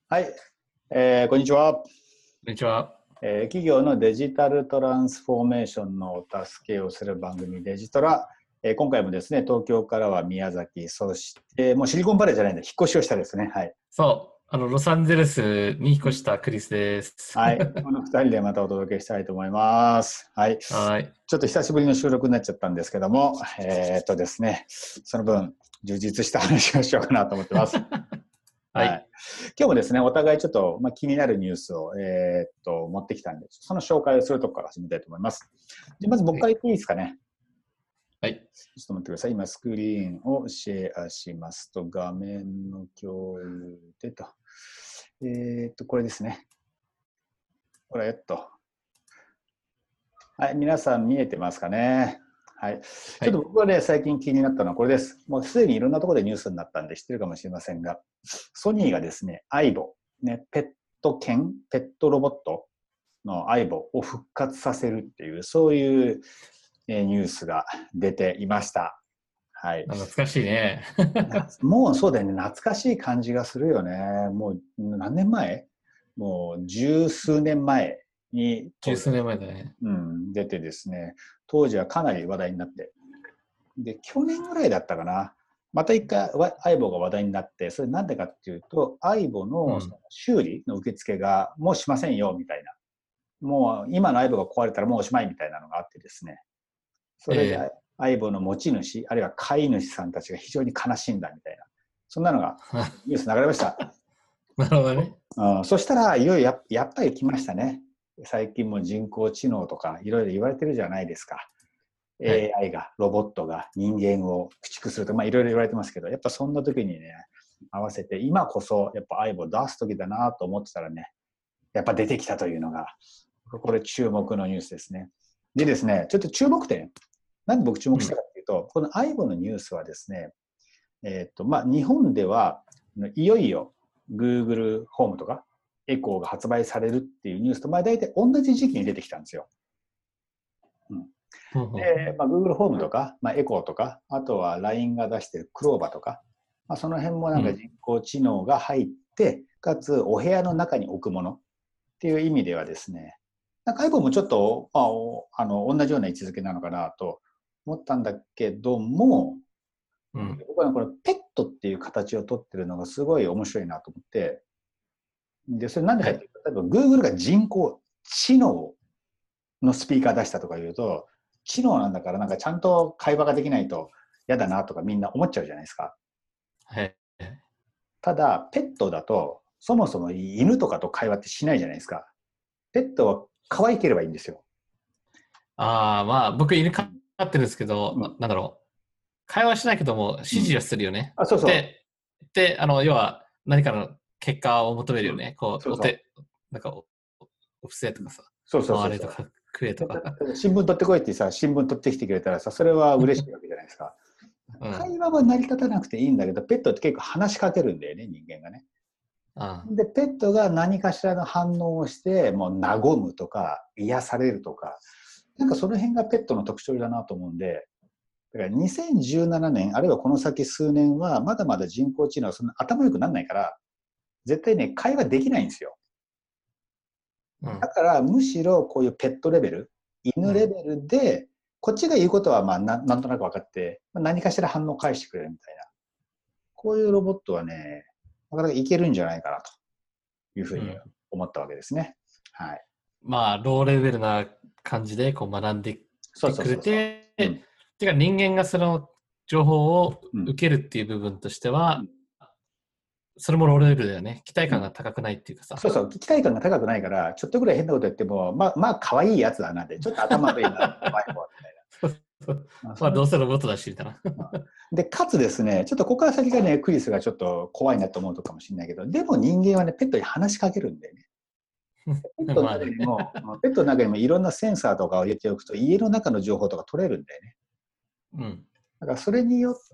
はい、こんにちは。 こんにちは。 企業のデジタルトランスフォーメーションのお助けをする番組デジトラ。今回もですね、東京からは宮崎、そしてもうシリコンバレーじゃないんで、引っ越しをしたですね。はい。 そう、ロサンゼルスに引っ越したクリスです。 はい。この2人でまたお届けしたいと思います。はい。 はい。 ちょっと久しぶりの収録になっちゃったんですけども、ですね、その分、充実した話をしようかなと思ってます。はい。 はい。 今日もですね、お互いちょっと、気になるニュースを、持ってきたんで、その紹介をするところから始めたいと思います。でまず僕から言っていいですかね。 はい。 ちょっと待ってください。今、スクリーンをシェアしますと、画面の共有でと。これですね。これ、はい、皆さん見えてますかね。はい。ちょっとはい。 僕がね、最近気になったのはこれです。もうすでにいろんなところでニュースになったんで知ってるかもしれませんが、ソニーがですね、アイボ、ね、ペットロボットのアイボを復活させるっていう、そういうニュースが出ていました。はい。 懐かしいね。 もうそうだよね、懐かしい感じがするよね。もう何年前？もう十数年前に十数年前だね。 出てですね、当時はかなり話題になって、で、去年ぐらいだったかな、また一回、相棒が話題になって、それなんでかっていうと、相棒のその修理の受付がもうしませんよみたいな、もう今の相棒が壊れたらもうおしまいみたいなのがあってですね、それでえ相棒の持ち主、あるいは飼い主さんたちが非常に悲しんだみたいな、そんなのがニュース流れました。 なるほどね。 そしたら、いよいよやっぱり来ましたね。最近も人工知能とかいろいろ言われてるじゃないですか。 はい。 AI が、ロボットが人間を駆逐するとか、いろいろ言われてますけど、やっぱそんな時にね、合わせて、今こそ、やっぱ AI を出す時だなと思ってたらね、やっぱ出てきたというのが、これ注目のニュースですね。でですね、ちょっと注目点、なんで僕注目したかというと、この AI のニュースはですね、日本ではいよいよ Google ホームとかエコーが発売されるっていうニュースと、大体同じ時期に出てきたんですよ。で、Google ホームとか、エコーとか、あとは LINE が出してるクローバーとか、その辺もなんか人工知能が入って、かつお部屋の中に置くものっていう意味ではですね、なんか iPhone もちょっと、同じような位置づけなのかなと思ったんだけども、僕はこのペットっていう形をとってるのがすごい面白いなと思って、で、それなんでかっていうと、例えば Google が人工知能のスピーカー出したとか言うと、知能なんだからなんかちゃんと会話ができないと嫌だなとかみんな思っちゃうじゃないですか。 はい。 ただ、ペットだと、そもそも犬とかと会話ってしないじゃないですか。ペットは可愛ければいいんですよ。 僕犬飼ってるんですけど、 うん。 なんだろう。会話しないけども、指うん。 示はするよね。 そうそう。 要は何かの結果を求めるうん。 よね。こう、 そうそう。 なんかお布施とかさ、 そうそうそうそ回れとか、食えとか。 う。新聞取ってこいってさ、新聞取ってきてくれたらさ、それは嬉しいわけじゃないですか。 うん。 会話は成り立たなくていいんだけど、ペットって結構話しかけるんだよね、人間がね。 あで、ペットが何かしらの反応をして、もう和むとか、癒されるとか、なんかその辺がペットの特徴だなと思うんで、だから2017年、あるいはこの先数年は、まだまだ人工知能はそんな頭良くならないから、絶対ね、会話できないんですよ。 うん。 だからむしろこういうペットレベル、 うん。 犬レベルで、こっちが言うことはなんとなく分かって、何かしら反応を返してくれるみたいな。こういうロボットはね、なかなかいけるんじゃないかなというふうにうん。 思ったわけですね。はい。 ローレベルな感じでこう学んでそうそうくれそうそて、 う。うん。 てか人間がその情報をうん。 受けるっていう部分としては、 うん。 それもローレベルだよね。期待感うん。 が高くないっていうかさ。 そうそう。期待感が高くないから、ちょっとぐらい変なこと言っても、可愛いやつだなって、ちょっと頭悪いな、怖い方みたいな。そのどうせロボットだし、みたいな。 で、かつですね、ちょっとここから先がね、クリスがちょっと怖いなと思うかもしれないけど、でも人間はね、ペットに話しかけるんだよね。ペットのまあね。 中にも、ペットの中にもいろんなセンサーとかを入れておくと、家の中の情報とか取れるんだよね。 うん。 だからそれによって、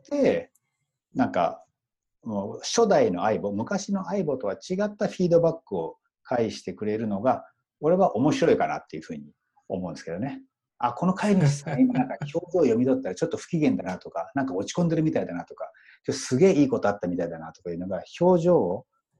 なんか、もう初代の相棒、昔の相棒とは違ったフィードバックを返してくれるのが、俺は面白いかなっていうふうに思うんですけどね。あ、この飼い主さん、今なんか表情を読み取ったらちょっと不機嫌だなとか、なんか落ち込んでるみたいだなとか、すげえいいことあったみたいだなとかいうのが、表情を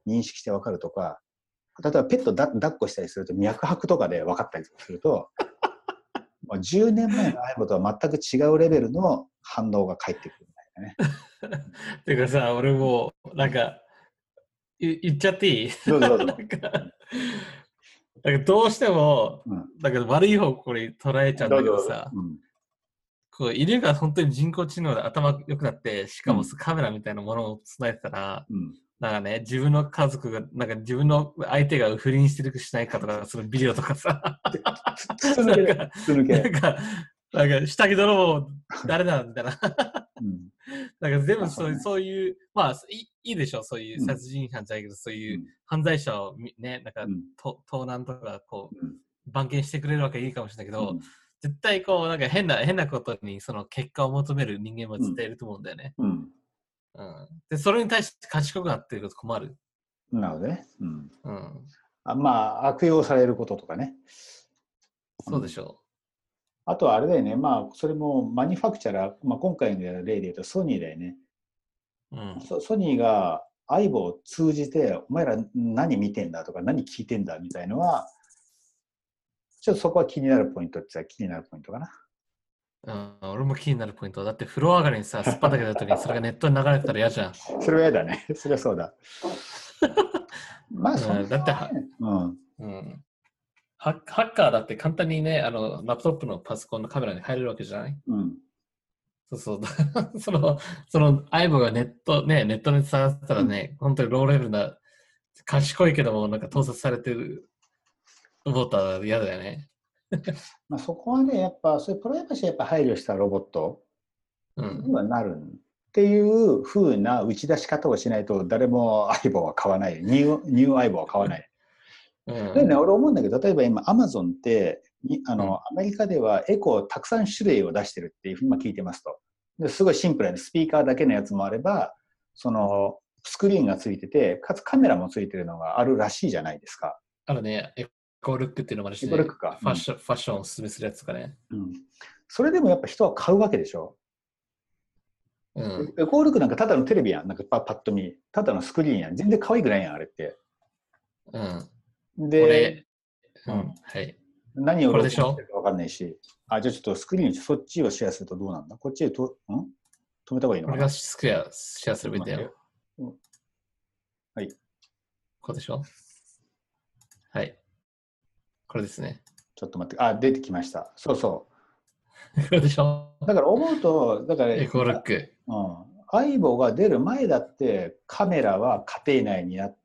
認識して分かるとか、例えばペット抱っこしたりすると脈拍とかで分かったりすると、もう10年前の iPhone とは全く違うレベルの反応が返ってくるんだよね。 てかさ、俺もなんか言っちゃっていい？ どうぞどうぞ。 なんかどうしても、 うん、 なんか悪い方向に捉えちゃうんどうぞどうぞ。 だけどさ、 うん、 こう犬が本当に人工知能で頭良くなって、しかもうん、 カメラみたいなものを備えてたら、 うん。 なんかね、自分の家族が、なんか自分の相手が不倫してるかしないかとか、そのビデオとかさ、 筒抜けで、筒抜け。 なんか下着泥棒誰だみたいな。 うん。 なんか全部そうね。 そういう、まあいいでしょ、そういううん、 殺人犯じゃないけど、そういううん、 犯罪者をね、なんかうん、 盗難とか、こうん、 う、番犬してくれるわけいいかもしれないけど、 うん、 絶対こう、なんか変なことにその結果を求める人間もうん、 絶対いると思うんだよね。 うん。 うん。で、それに対して賢くなってると困る。 なるほどね。うん。 うん。 まあ、悪用されることとかね。うん。 そうでしょあとはあれだよね。まあ、それもマニファクチャラー、まあ、今回の例で言うとソニーだよね。 う。うん。 ソニーが相棒を通じて、お前ら何見てんだとか何聞いてんだみたいのは、ちょっとそこは気になるポイントって言ったら気になるポイントかな。 うん、俺も気になるポイント。だって風呂上がりにさ、すっぱだけた時にそれがネットに流れてたら嫌じゃん。 それは嫌だね。それはそうだ。まあ、そのうん、だって辺はね、 うん。ハッカーだって簡単にね、ラップトップのパソコンのカメラに入れるわけじゃない？ うん、うん。 そうそう。その、相棒がネットに伝わってたらね、本当にローレベルな、賢いけども、なんか盗撮されてるロボットは嫌だよね。 まあ、そこはね、やっぱ、そういうプライバシーやっぱ配慮したロボットうん。 にはなるっていう風な打ち出し方をしないと、誰も相棒は買わない。ニュー相棒は買わない。でね、 うん。 俺思うんだけど、例えば今、アマゾンってうん。 アメリカではエコーたくさん種類を出してるっていうふうに今聞いてますと。ですごいシンプルなスピーカーだけのやつもあれば、そのスクリーンがついてて、かつカメラもついてるのがあるらしいじゃないですか。 エコールックっていうのもあるしね、 エコルックか。うん。 ファッションをおすすめするやつとかね。 うん。それでもやっぱ人は買うわけでしょ。 うん。 エコールックなんかただのテレビやん。なんかパッと見。ただのスクリーンやん。全然可愛くないやん、あれって。 うん。 で、うん。 はい。 何をこれでしょ？ 録音してるか分かんないし。あ、じゃあちょっとスクリーン、そっちをシェアするとどうなんだ？こっちで止めた方がいいのこれがかな？ シェアすちょっと待ってよ。 ればいいんだよ。 うん、はい。 こうでしょ？はい。これですね。 ちょっと待って。あ、出てきました。そうそこれでしょ？ う。だから思うと、だから、 エコールック。 うん。相棒が出る前だってカメラは家庭内にあって、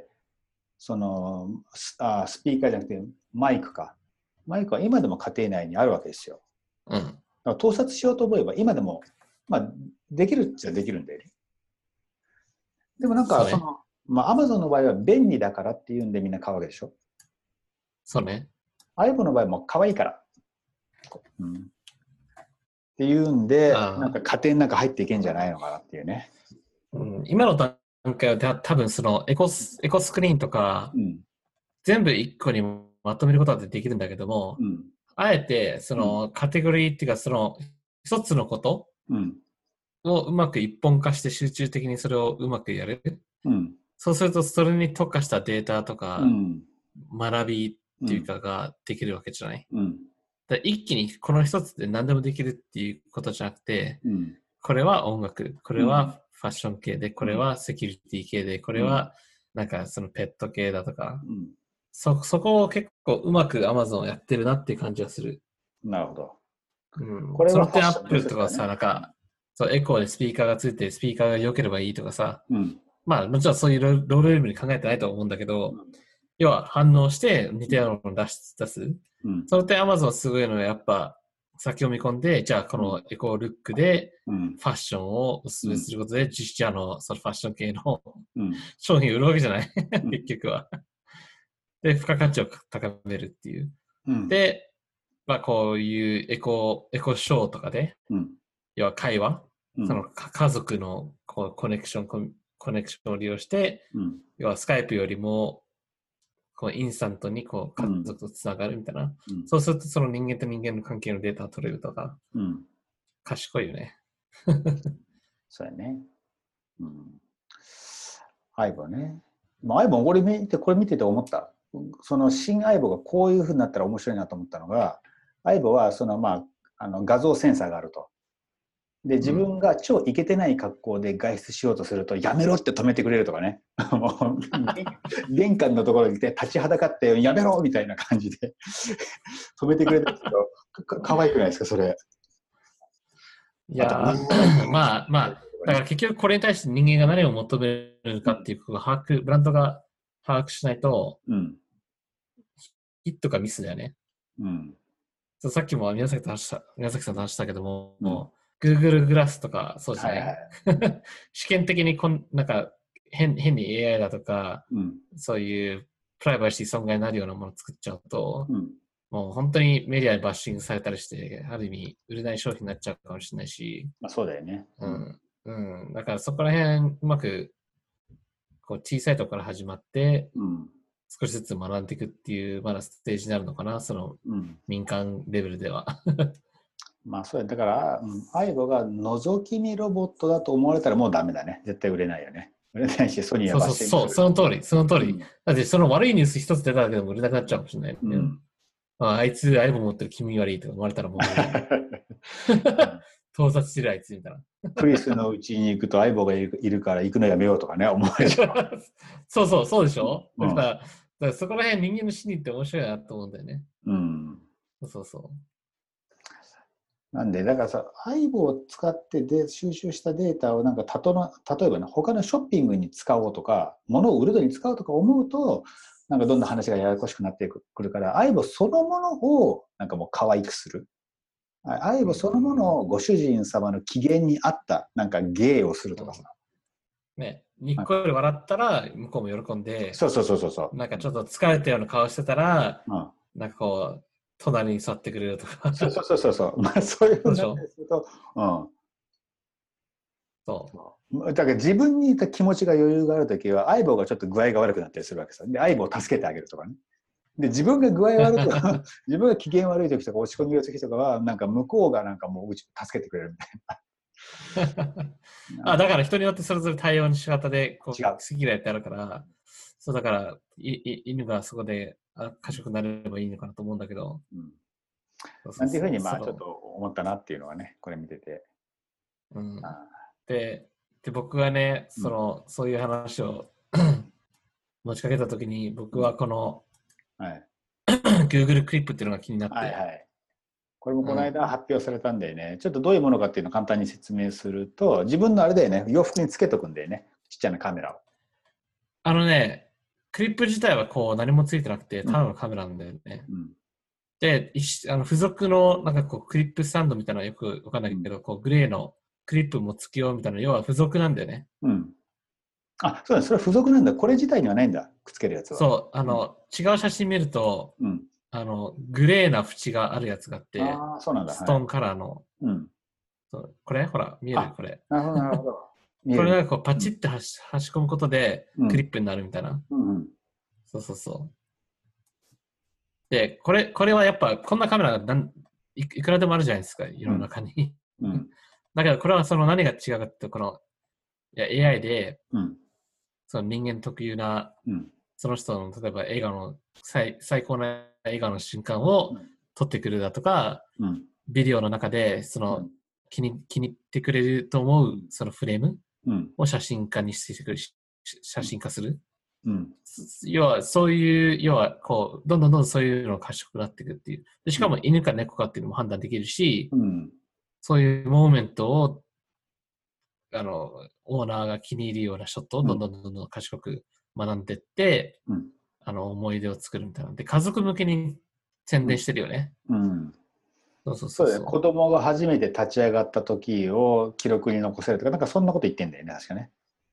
そのスピーカーじゃなくてマイクか。マイクは今でも家庭内にあるわけですよ。 うん。 だから盗撮しようと思えば今でも、まあ、できるっちゃできるんだよね。でもなんか、 そうね。 まあ、アマゾンの場合は便利だからっていうんでみんな買うわけでしょ。 そうね。 iPhone の場合も可愛いから。うん。っていうんで、なんあか家庭の中入っていけんじゃないのかなっていうね。 うん、今の段階は多分そのエコスクリーンとかうん。 全部一個にまとめることはできるんだけども、 うん。 あえてそうん。 のカテゴリーっていうかその一つのことうん。 をうまく一本化して集中的にそれをうまくやる。 うん。 そうするとそれに特化したデータとかうん。 学びっていううん。 かができるわけじゃない。 うん。 だ一気にこの一つで何でもできるっていうことじゃなくて、 うん。 これは音楽、これうん。 はファッション系で、こうん。 れはセキュリティ系で、こうん。 れはなんかそのペット系だとか、 うん。 そこを結構うまく Amazon やってるなっていう感じがする。 なるほど。 うん。 これその点はファッション Apple ですかね。 とかさ、なんか、そうエコーでスピーカーがついて、スピーカーが良ければいいとかさ、 うん。 まあもちろんそういうロールレベルに考えてないと思うんだけど、 うん。 要は反応して似うん。 たようなのを出す。 うん。 その点 Amazon すごいのはやっぱ先を見込んで、じゃあこうん。 のエコールックでうん。 ファッションをお勧めすることで、実写のそのファッション系のうん。 商品を売るわけじゃないうん。 結局は。で、付加価値を高めるっていう。 うん。 で、まあこういうエコショーとかで、 うん。 要は会話、 うん。 その家族のこうコネクションを利用して、 うん。 要はスカイプよりもこうインスタントにこう家うん。 族とつながるみたいな。 うん。 そうするとその人間と人間の関係のデータを取れるとか、 うん。 賢いよね。 そうやね。うん。相棒ね。 まあ、相棒これ見てて思った。その新相棒がこういうふうになったら面白いなと思ったのが、相棒はその、まあ、画像センサーがあると。で、自分が超イケてない格好で外出しようとすると、やめろって止めてくれるとかね。もう、玄関のところにいて立ちはだかって、やめろみたいな感じで止めてくれるんですけど、かわいくないですか、それ。 いやまあまあ、だから結局これに対して人間が何を求めるかっていうことがブランドが把握しないと、ヒットかミスだよね。そうさっきも宮崎さんと話したけども、Google グラスとかそうですね。試験的になんか変に AI だとか、そういうプライバシー損害になるようなものを作っちゃうと、もう本当にメディアにバッシングされたりして、ある意味売れない商品になっちゃうかもしれないし。 まあそうだよね。 だからそこら辺うまくこう小さいところから始まって、少しずつ学んでいくっていうまだステージになるのかな、その民間レベルでは。 まあそうや、だから、相棒が覗き見ロボットだと思われたらもうダメだね。絶対売れないよね。売れないし、ソニーはバッシングする。 そう、その通り。だってその悪いニュース一つ出ただけでも売れなくなっちゃうかもしれない、ね。あいつ iPhone 持ってる気味悪いとか思われたらもう盗撮してるあいつみたいな。 クリスのうちに行くと相棒がいるから行くのやめようとかね、思われちゃう。 そうでしょ、だからそこら辺人間の心理って面白いなと思うんだよね。そう。 なんで、だからさ、相棒を使って収集したデータをなんか例えばね、他のショッピングに使おうとか、物を売るのに使うとか思うと、なんかどんどん話がややこしくなってくるから、相棒そのものをなんかもう可愛くする。相棒そのものをご主人様の機嫌に合ったなんか芸をするとかさ。 ね、にっこり笑ったら向こうも喜んで、 そう。 なんかちょっと疲れたような顔してたら、なんかこう、隣に座ってくれるとか。 そう。まあそういうふうになったりすると、だから自分にいた気持ちが余裕があるときは、相棒がちょっと具合が悪くなったりするわけさ。で、相棒を助けてあげるとかね。で、自分が具合悪く、自分が機嫌悪いときとか落ち込みがちとかは、なんか向こうがなんかもう助けてくれるみたいな。だから人によってそれぞれ対応の仕方で、こう、好き嫌いってあるから、そうだから、犬がそこで賢くなれればいいのかなと思うんだけど。 なんていうふうに、まあちょっと思ったなっていうのはね、これ見てて。 で、僕がね、そういう話を持ちかけたときに、僕はこの、Google クリップっていうのが気になって。 これもこの間発表されたんでね、ちょっとどういうものかっていうのを簡単に説明すると、自分のあれだよね、洋服につけとくんだよね、ちっちゃなカメラを。 クリップ自体はこう何もついてなくて、ただのカメラなんだよね。で、付属のなんかこうクリップスタンドみたいなのはよくわかんないけど、こうグレーのクリップもつけようみたいな、要は付属なんだよね。 あ、そうだ、それは付属なんだ。これ自体にはないんだ、くっつけるやつは。 そう、違う写真見ると、グレーな縁があるやつがあって、ストーンカラーの。これほら、見えるこれ。 なるほど。 これなんかこうパチってはし込むことでクリップになるみたいな。そう。で、これはやっぱこんなカメラがいくらでもあるじゃないですか、世の中に。だからこれはその何が違うかって、このAI で、その人間特有な、その人の例えば笑顔の最高な笑顔の瞬間を撮ってくるだとか、ビデオの中でその気に入ってくれると思うそのフレームを写真化する。要はそういう、こうどんどんそういうのが賢くなっていくっていう。でしかも犬か猫かっていうのも判断できるし、そういうモーメントをオーナーが気に入るようなショットをどんどん賢く学んでいって、思い出を作るみたいな。で、家族向けに宣伝してるよね。 そうだね。子供が初めて立ち上がった時を記録に残せるとか、なんかそんなこと言ってんだよね、確かね。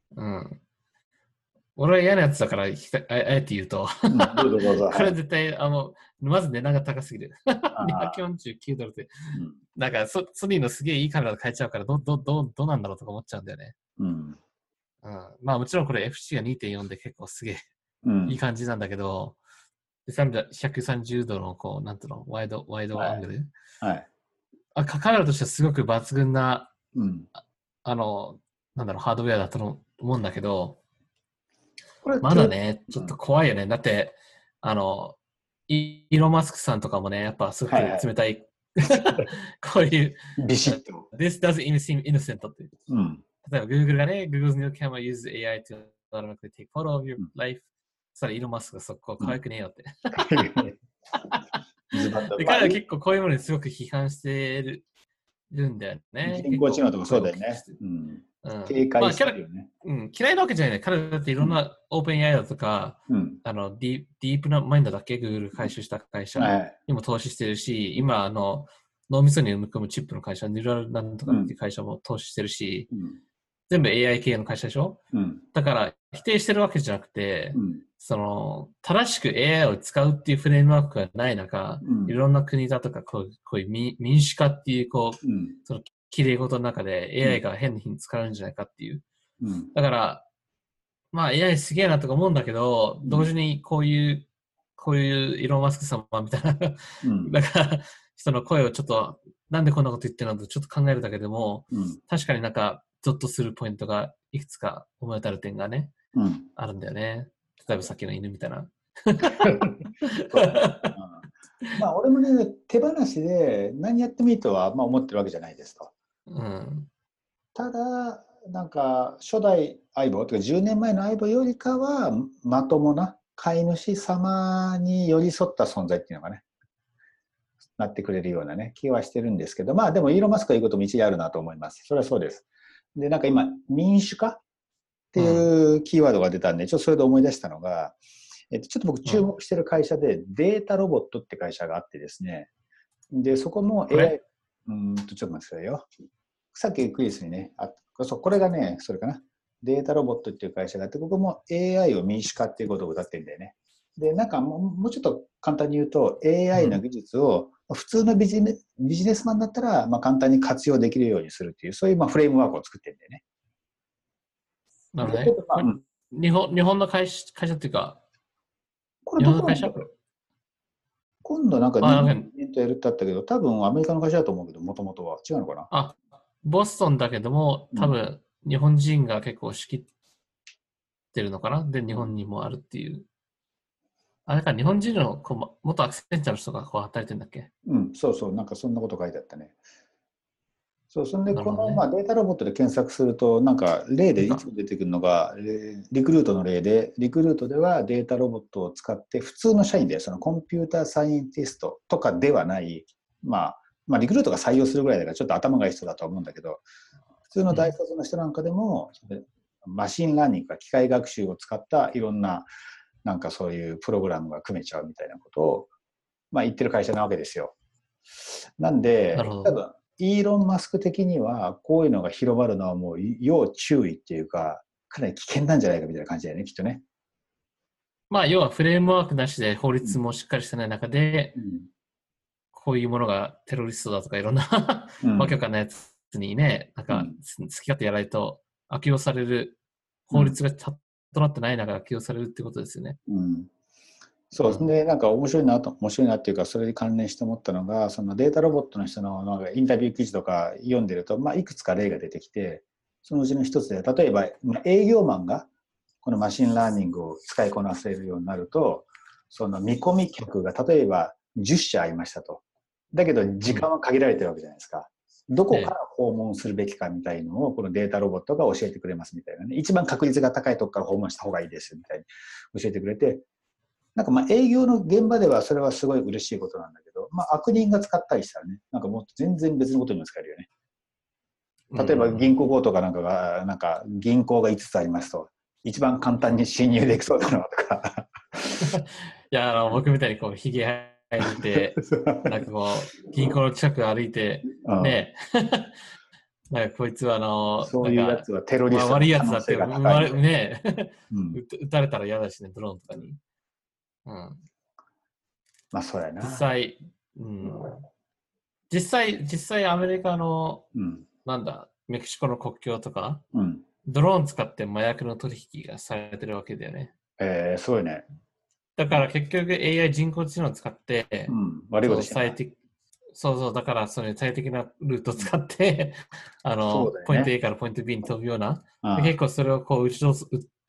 俺は嫌なやつだから、あえて言うと、これ絶対、まず値段が高すぎる。$249って、なんかソニーのすげえいいカメラで買えちゃうから、どうなんだろうとか思っちゃうんだよね。まあもちろんこれ FC が 2.4 で結構すげえいい感じなんだけど、130度のこう、なんていうの、ワイドアングル。カメラとしてはすごく抜群な、なんだろう、ハードウェアだと思うんだけど、 これまだね、ちょっと怖いよね。だって、イーロン・マスクさんとかもね、やっぱすごくはいはい。 冷たい、こういう、 ビシッと。 This doesn't even seem innocent って。 うん。 例えば Google がね、Google's new camera uses AI to automatically take photo of your うん。 life。そしたらイーロン・マスクがそこ可愛くねえよって。 ズバッと。 で、 まあ、 彼は結構こういうものにすごく批判してるんだよね。 人結構工知能とかそ声をうだよね。 大きくしてる。 うん。 うん。 警戒まあ、 してるよね。 嫌いなわけじゃないね。彼だっていろんなオープン AI だとか、 うん。 ディープなマインドだっけ ?Google 回収した会社はい。 にも投資してるし、今、脳みそに埋め込むチップの会社、ニューラルなんとかっていう会社も投資してるし、 うん。 全部 AI 系の会社でしょ。 うん。 だから、否定してるわけじゃなくて、 うん。 正しく AI を使うっていうフレームワークがない中、 うん。 いろんな国だとか、こういう民主化っていう、 うん。 その綺麗事の中でうん。 AI が変な日に使われるんじゃないかっていう。 うん。 だから、まあ AI すげえなとか思うんだけど、同時にこういうイーロン・マスク様みたいな、 うん。 だから人の声をちょっと、なんでこんなこと言ってるのとちょっと考えるだけでも、 うん。 確かになんか、ゾッとするポイントがいくつか思い当たる点がね、 うん。 あるんだよね。例えばさっきの犬みたいな。 そうだね。うん。まあ、俺もね、手放しで何やってもいいとは、まあ、思ってるわけじゃないですと。 うん。 ただ、なんか、初代相棒というか、10年前の相棒よりかは、まともな飼い主様に寄り添った存在っていうのがね、なってくれるようなね、気はしてるんですけど、まあ、でも、イーロン・マスクが言うことも一理あるなと思います。それはそうです。で、なんか今、民主化ってうん。 いうキーワードが出たんで、ちょっとそれで思い出したのが、ちょっと僕注うん。 目してる会社で、データロボットって会社があってですね、で、そこもこ AI、 れちょっと待ってくださいよ。さっきクイズにね、そう、これがね、それかな。データロボットっていう会社があって、ここも AI を民主化っていうことを歌ってるんだよね。で、なんかもうちょっと簡単に言うと、 う AI のん。 技術を普通のビジネスマンだったら、まあ、簡単に活用できるようにするっていう、そういうまあフレームワークを作ってるんだよね。で、 なるほどね。 まあ、 これ、日本の会社っていうか、 これ日どこなんだろう。 本の会社これ。 今度なんか日あ、 本なんか、 でイベントやるってあったけど、多分アメリカの会社だと思うけど、もともとは。違うのかな。 あ、ボストンだけども、 うん。 多分、日本人が結構仕切ってるのかなで、日うん。 本にもあるっていう。あれか、日本人の元アクセンチャーの人がこう働いてるんだっけ。 うん、そうそう、なんかそんなこと書いてあったね。そう、そんで、この、まなるほどね。 あ、データロボットで検索すると、なんか例でいつなんか、 も出てくるのが、リクルートの例で、リクルートではデータロボットを使って普通の社員で、そのコンピューターサイエンティストとかではない、まあ、リクルートが採用するぐらいだからちょっと頭がいい人だとは思うんだけど、普通のうん。 大卒の人なんかでも、マシンラーニングか機械学習を使ったいろんな、なんかそういうプログラムが組めちゃうみたいなことを、まあ、言ってる会社なわけですよ。なんで、 なるほど。 多分、イーロン・マスク的には、こういうのが広まるのはもう要注意っていうか、かなり危険なんじゃないかみたいな感じだよね、きっとね。 まあ、要はフレームワークなしで法うん。 律もしっかりしてない中で、 うん。 こういうものがテロリストだとかいろんなわけわうん。 かんないやつにね、なんかうん。 好き勝手やられると悪用される、 うん。 法律がちゃんとなってない中で悪用されるってことですよね。 うん。そう。 うん。 で、なんか面白いなっていうか、それに関連して思ったのが、そのデータロボットの人のなんかインタビュー記事とか読んでると、まあ、いくつか例が出てきて、そのうちの一つで、例えば、営業マンがこのマシンラーニングを使いこなせるようになると、その見込み客が例えば10社ありましたと。だけど時うん。 間は限られてるわけじゃないですか。どこからええ。 訪問するべきかみたいのをこのデータロボットが教えてくれますみたいなね。一番確率が高いとこから訪問した方がいいですみたいに教えてくれて、なんかまあ営業の現場ではそれはすごい嬉しいことなんだけど、まあ悪人が使ったりしたらね、なんかもっと全然別のことにも使えるよね。 うんうんう例えば銀ん。 行強盗かなんかが、なんか銀行が5つありますと、一番簡単に侵入できそうなのとか。 いや、僕みたいにこう、髭生えてて、なんかこう、銀行の近く歩いて、 うん、 ね、なんかこいつはそういうやなんか、 つはテロリストの悪いや可能性つだって、 が高いみたいね、 な。うん。 撃たれたら嫌だしね、ドローンとかに。うん。 まあそうや実な。 際、うん。実際アメリカの、 うん。 なんだ、メキシコの国境とか、 うん。 ドローン使って麻薬の取引がされてるわけだよね。 すごいね。 だから結局 AI 人工知能を使って、 うん。悪いこそう、 としてんだ。 そうそう、だからその最適なルートを使って、 そうだよポイントね。 A からポイント B に飛ぶような、 うん。 結構それをこう打ち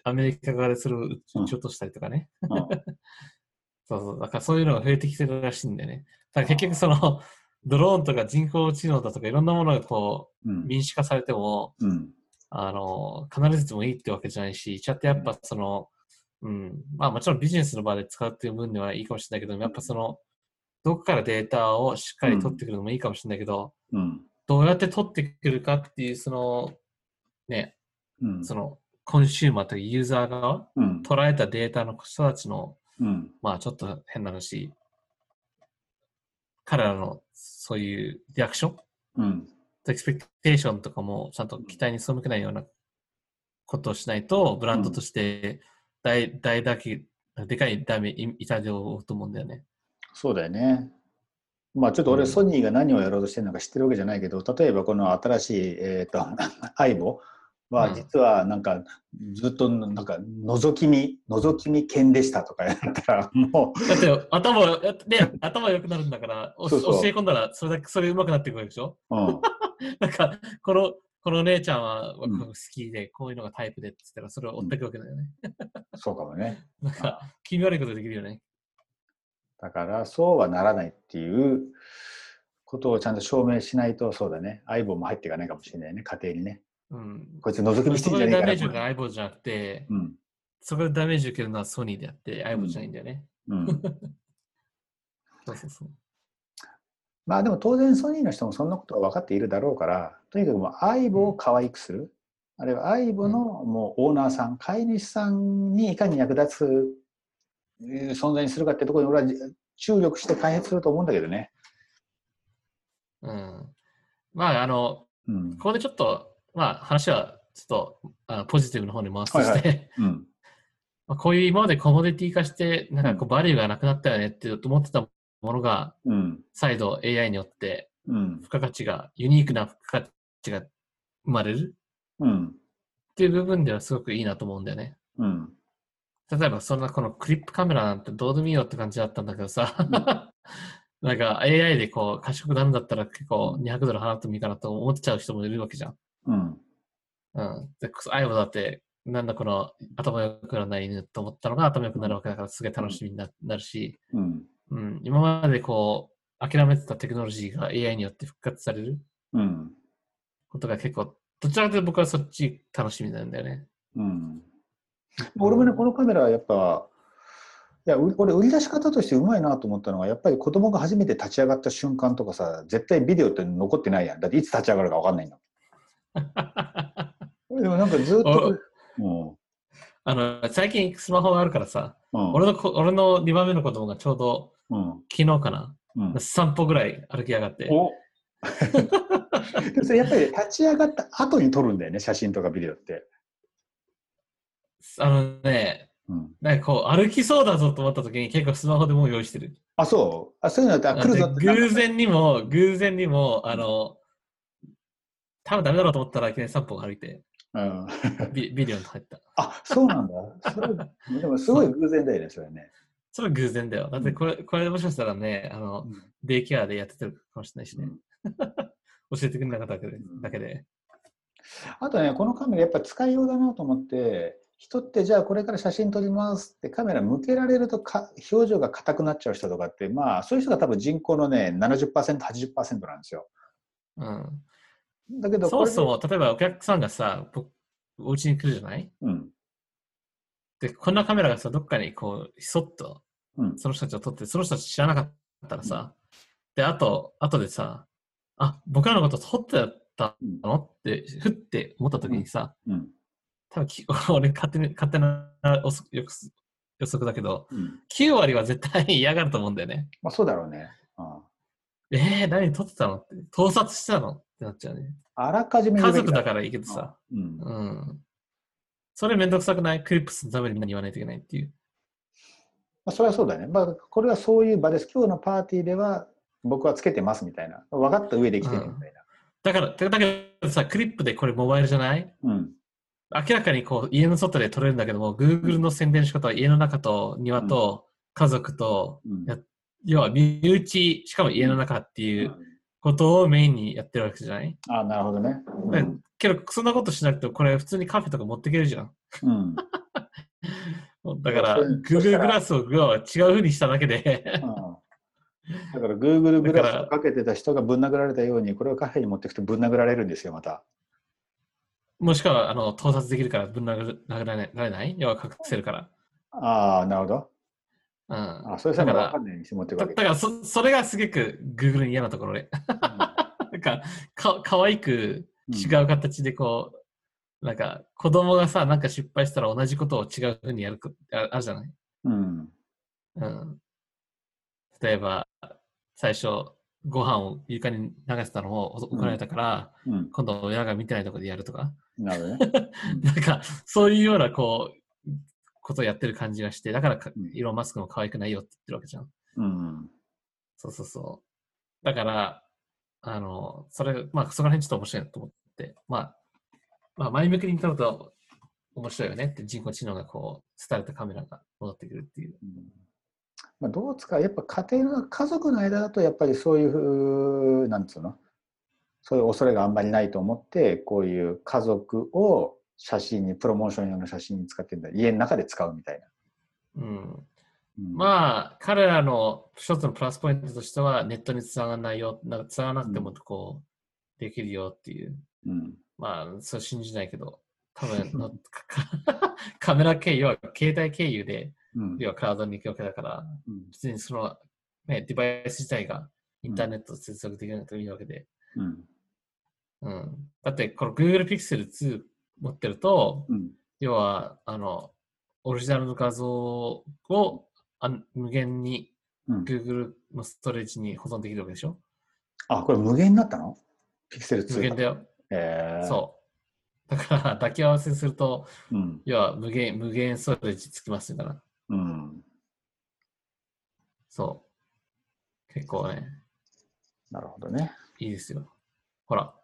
アメリカ側でする撃ち落としたりとかね。そうそう。だからそういうのが増えてきてるらしいんだよね。だから結局その、ドローンとか人工知能だとかいろんなものがこう、民主化されても、必ずしもいいってわけじゃないし、ちゃんとやっぱその、まあもちろんビジネスの場で使うっていう分ではいいかもしれないけど、やっぱその、どこからデータをしっかり取ってくるのもいいかもしれないけど、どうやって取ってくるかっていう、その、ね、その、コンシューマーというユーザーが捉えたデータの人たちの、まあちょっと変な話、彼らのそういうリアクション、エクスペクテーションとかもちゃんと期待に背けないようなことをしないと、ブランドとしてでかい痛手を負うと思うんだよね。 そうだよね。まあちょっと俺ソニーが何をやろうとしてるのか知ってるわけじゃないけど、例えばこの新しい、アイボは実はなんかずっとなんか覗き見犬でしたとかやったらもうだって頭良くなるんだから教え込んだらそれ上手くなっていくわけでしょ。なんかこの姉ちゃんは好きでこういうのがタイプでって言ったらそれを追っていくわけだよね。 そうかもね。 なんか気味悪いことできるよね。 だからそうはならないっていうことをちゃんと証明しないと、そうだね、相棒も入っていかないかもしれないね、家庭にね。こいつ覗き見してんじゃねえかな。 そこでダメージが相棒じゃなくて、そこでダメージ受けるのはソニーであって相棒じゃないんだよね。そうそうそう。 まあでも当然ソニーの人もそんなことは分かっているだろうから、とにかくもう相棒を可愛くする、あるいは相棒のもうオーナーさん、飼い主さんにいかに役立つ存在にするかってところに俺は注力して開発すると思うんだけどね。 まあここでちょっとまあ話はちょっとポジティブの方に回すとして、こういう今までコモディティ化してなんかこうバリューがなくなったよねって思ってたものが、再度 AI によって付加価値が、ユニークな付加価値が生まれる、っていう部分ではすごくいいなと思うんだよね。例えばそんなこのクリップカメラなんてどうでもいいよって感じだったんだけどさ、なんか AI でこう賢くなるんだったら結構200ドル払ってもいいかなと思っちゃう人もいるわけじゃん。で、アイボだって、なんだこの頭良くならない犬と思ったのが頭良くなるわけだからすげえ楽しみになるし、今までこう諦めてたテクノロジーが AI によって復活されることが結構、どちらかというと僕はそっち楽しみなんだよね。 俺もね、このカメラはやっぱ、いや、俺売り出し方としてうまいなと思ったのは、やっぱり子供が初めて立ち上がった瞬間とかさ、絶対ビデオって残ってないやん。だっていつ立ち上がるか分かんないんだもん。でもなんかずっと、 最近スマホがあるからさ、俺の2番目の子供がちょうど、昨日かな、散歩ぐらい歩きやがって。 それやっぱり立ち上がった後に撮るんだよね、写真とかビデオって。 なんかこう歩きそうだぞと思った時に結構スマホでもう用意してる。 あ、そう。そういうのって来るぞって。 偶然にも、多分ダメだろうと思ったらいきなり散歩歩いて、ビデオに入った。 あ、そうなんだ。でもすごい偶然だよね、それね。 それは偶然だよ。だってこれもしかしたらね、デイケアでやっててるかもしれないしね。教えてくれなかっただけで。 あとね、このカメラやっぱ使いようだなと思って、人ってじゃあこれから写真撮りますってカメラ向けられると表情が硬くなっちゃう人とかって、まあそういう人が多分人口のね、70%、80% なんですよ。だけどそもそも、例えばお客さんがさ、お家に来るじゃない？で、こんなカメラがさ、どっかにこう、ひそっと、その人たちを撮って、その人たち知らなかったらさ、で、後でさ、あ、僕らのこと撮ってたのって、ふって思った時にさ、多分俺勝手な予測だけど、9割は絶対嫌がると思うんだよね。 まあそうだろうね。 何撮ってたのって、盗撮してたのってなっちゃうね。 あらかじめ家族だからいいけどさ。それめんどくさくない？クリップスのためにみんなに言わないといけないっていう。 まあそれはそうだね。まあこれはそういう場です。今日のパーティーでは僕はつけてますみたいな。分かった上で来てねみたいな。 だけどさ、クリップでこれモバイルじゃない？明らかにこう家の外で撮れるんだけども、Google の宣伝の仕方は家の中と庭と家族と、要は身内、しかも家の中っていうことをメインにやってるわけじゃない？ ああ、なるほどね。 けど、そんなことしなくても、これ普通にカフェとか持っていけるじゃん。 だから、 そした Google グら、 ラスを違う風にしただけでうん、だから Google グだから、 ラスをかけてた人がぶん殴られたように、これをカフェに持っていくとぶん殴られるんですよ、また。 もしくは、盗撮できるからぶん殴られない要は隠せるから。 ああ、なるほど。 うん。 あ、それさえだから、 も分かんないようにして持っていくわけね。 だからそれがすげく Google の嫌なところで。 うん。 なんか、かわいく違うん。 う形でこう、なんか、子供がさ、なんか失敗したら同じことを違う風にやるあるじゃない。 うん。 うん。例えば、最初、ご飯を床に流したのをうん。 怒られたから、 うん。 今度親が見てないところでやるとか。 なるほどね。うん。 なんか、そういうような、ことをやってる感じがして、だからうん。 イーロン・マスクも可愛くないよって言ってるわけじゃん。 うん。 そうそうそう。だから、そこら辺ちょっと面白いなと思って、前向きに撮ると面白いよねって人工知能が伝えたカメラが戻ってくるっていう。 うん。まあ、どう使う、やっぱ家庭の家族の間だと、やっぱりそういう、なんつうの、そういう恐れがあんまりないと思って、こういう家族を写真に、プロモーション用の写真に使ってるんだ。家の中で使うみたいな。 うん。 うん。 まあ、彼らの一つのプラスポイントとしては、ネットに繋がらないよ、なんか繋がらなくてもうん。 できるよっていう。 うん。 まあ、そう信じないけど、多分カメラ経由、要は携帯経由で、 うん。 要はクラウドに行くわけだから、 うん。 別にデバイス自体がインターうん。 ネットと接続できなくてもいいわけで。 うん。 うん。だって、この Google Pixel 2持ってると、 うん。 要は、オリジナルの画像を無限にうん。 Google のストレージに保存できるわけでしょ。 あ、これ無限になったの？ピクセル2が。 無限だよ。 えそう。だから、抱き合わせすると、 うん。 要は無限ストレージつきますから。 うん。 そう。結構ね、 なるほどね。 いいですよ。ほら、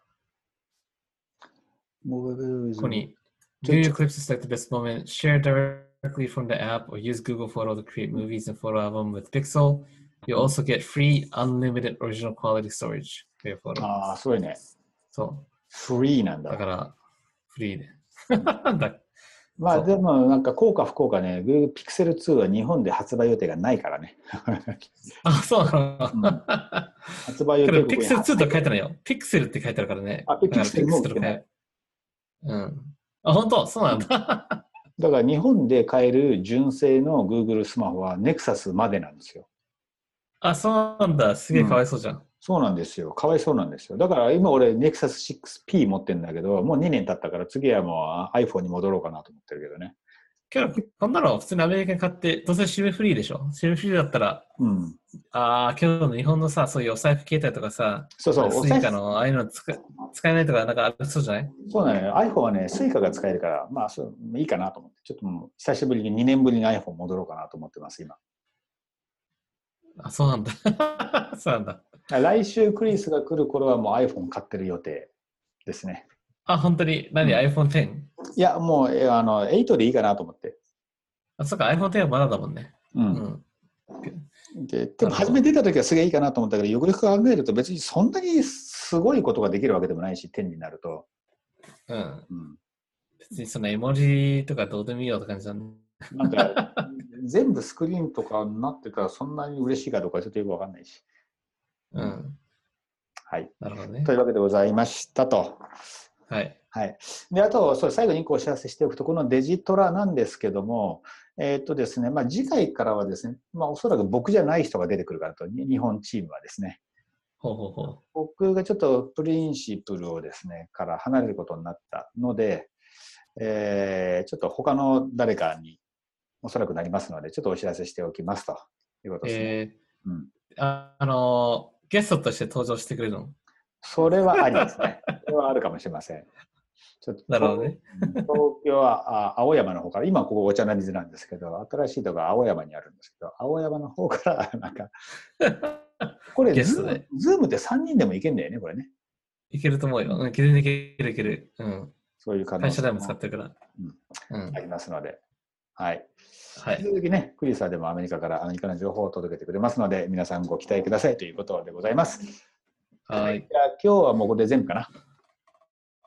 モーズ、 ここに、 ちょ、 View ち your ょ、 clips to select the best moment, share directly from the app, or use Google Photo to create movies and photo album with Pixel. You うん。 also get free, unlimited original quality storage for your photo. ああ、すごいね。 そう。 フリーなんだ。 だから、フリーで。 うん。 だまあでそもなんか効か不効かね、Google Pixel 2は日本で発売予定がないからね。 う。あ、そうなうん。 の。 発売予けど、 定国に Pixel 2 入ってる。 と書いてないよ。Pixel って書いてあるからね。 あ、 だから Pixel も売 Pixel ってない。 と書いて、うん。あ、本当そうなんうん。 だ。 だから日本で買える純正の Google スマホは Nexus までなんですよ。 あ、そうなんだ。すげえかわうん。 いそうじゃん。 そうなんですよ。かわいそうなんですよ。だから今俺 Nexus 6P 持ってるんだけど、もう2年経ったから次はもう iPhone に戻ろうかなと思ってるけどね。 けど、こんなの普通にアメリカに買って、どうせ SIM フリーでしょ？ SIM フリーだったら、 うん。 今日の日本のさ、そういうお財布携帯とかさ、 そうそう、 スイカのああいうの使えないとか、なんかありそうじゃない？ そうなのよ。iPhone はね、Suica が使えるから、まあそう、いいかなと思って、ちょっともう久しぶりに2年ぶりに iPhone 戻ろうかなと思ってます、今。 あ、そうなんだ。そうなんだ。 来週クリスが来る頃はもう iPhone 買ってる予定ですね。 あ、本当に、 うん。 iPhone X？ いや、もう、8でいいかなと思って。 あ、そっか、iPhone X はまだだもんね。 うん。 うん。 でも初めなるほど。 出た時はすげえいいかなと思ったけど、よくよく考えると別にそんなにすごいことができるわけでもないし、10になると。 うん。 うん。 別にその絵文字とかどうでもいいよって感じだね。 なんか、全部スクリーンとかになってたらそんなに嬉しいかどうかちょっとよくわかんないし。うん。 うん。 はい。 なるほどね。 というわけでございましたと。 はい。 はい。で、あと、最後に1個お知らせしておくと、このデジトラなんですけども、ですね、まあ、次回からはですね、まあ、おそらく僕じゃない人が出てくるからと、日本チームはですね、 ほうほうほう。 僕がちょっとプリンシプルをですね、から離れることになったので、ちょっと他の誰かにおそらくなりますので、ちょっとお知らせしておきますということですね。うん、 ゲストとして登場してくれるの？ それはありですね。それはあるかもしれません。ちょっなるほどね。 東京は青山の方から、今ここお茶の水なんですけど、新しいところが青山にあるんですけど、青山の方からなんか、これゲストで。 ズームって3人でもいけんだよね、これね。 いけると思うよ。 うん、 いけるいけるいける。うん。 そういう可能性会社でも使っも、 てるから。 ありますので、はい。 はい。 引き続きね、クリスはでもアメリカからアメリカの情報を届けてくれますので、皆さんご期待くださいということでございます。はい。じゃあ今日はもうこれで全部かな。 はい。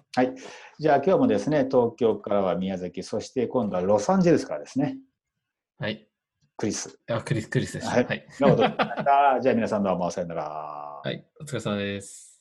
はい。じゃあ今日もですね、東京からは宮崎、そして今度はロサンゼルスからですね、 はい。 クリス。 クリスでした。 はい。 はい。 がお届けしました。じゃあ皆さんどうもさよなら。 はい。お疲れ様です。